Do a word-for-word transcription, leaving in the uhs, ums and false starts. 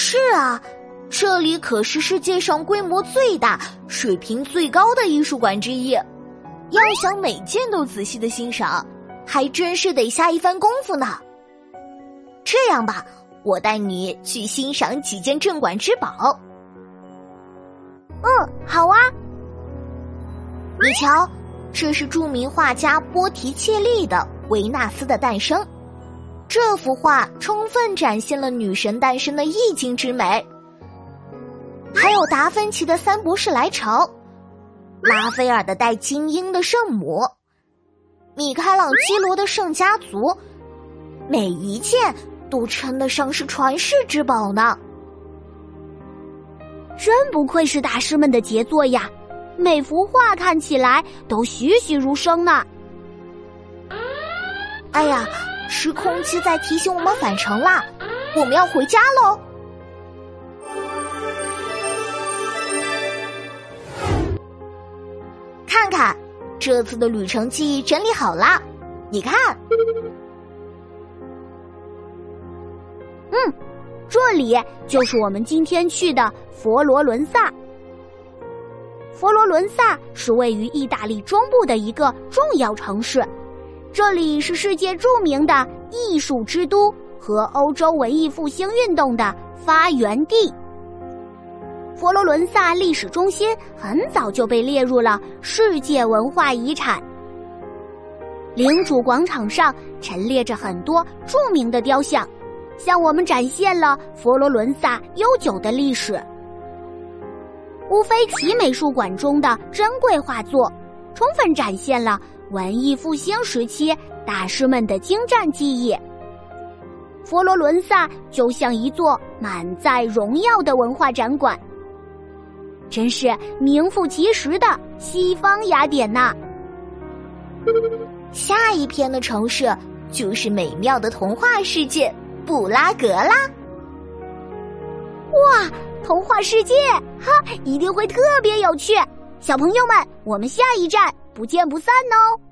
是啊，这里可是世界上规模最大、水平最高的艺术馆之一，要想每件都仔细的欣赏，还真是得下一番功夫呢。这样吧，我带你去欣赏几件镇馆之宝。 嗯，好啊。 你瞧，这是著名画家波提切利的《维纳斯的诞生》，这幅画充分展现了女神诞生的意境之美。还有达芬奇的《三博士来朝》，拉斐尔的带金鹰的圣母，米开朗基罗的圣家族，每一件都称得上是传世之宝呢。 真不愧是大师们的杰作呀，每幅画看起来都栩栩如生呢。 哎呀，时空机在提醒我们返程啦，我们要回家喽。看看，这次的旅程记整理好啦，你看。 嗯，这里就是我们今天去的佛罗伦萨。佛罗伦萨是位于意大利中部的一个重要城市，这里是世界著名的艺术之都和欧洲文艺复兴运动的发源地。佛罗伦萨历史中心很早就被列入了世界文化遗产。领主广场上陈列着很多著名的雕像，向我们展现了佛罗伦萨悠久的历史。乌菲齐美术馆中的珍贵画作，充分展现了文艺复兴时期大师们的精湛技艺。佛罗伦萨就像一座满载荣耀的文化展馆，真是名副其实的西方雅典呐。 下一篇的城市就是美妙的童话世界布拉格啦。 哇，童话世界哈，一定会特别有趣。小朋友们，我们下一站不见不散哦。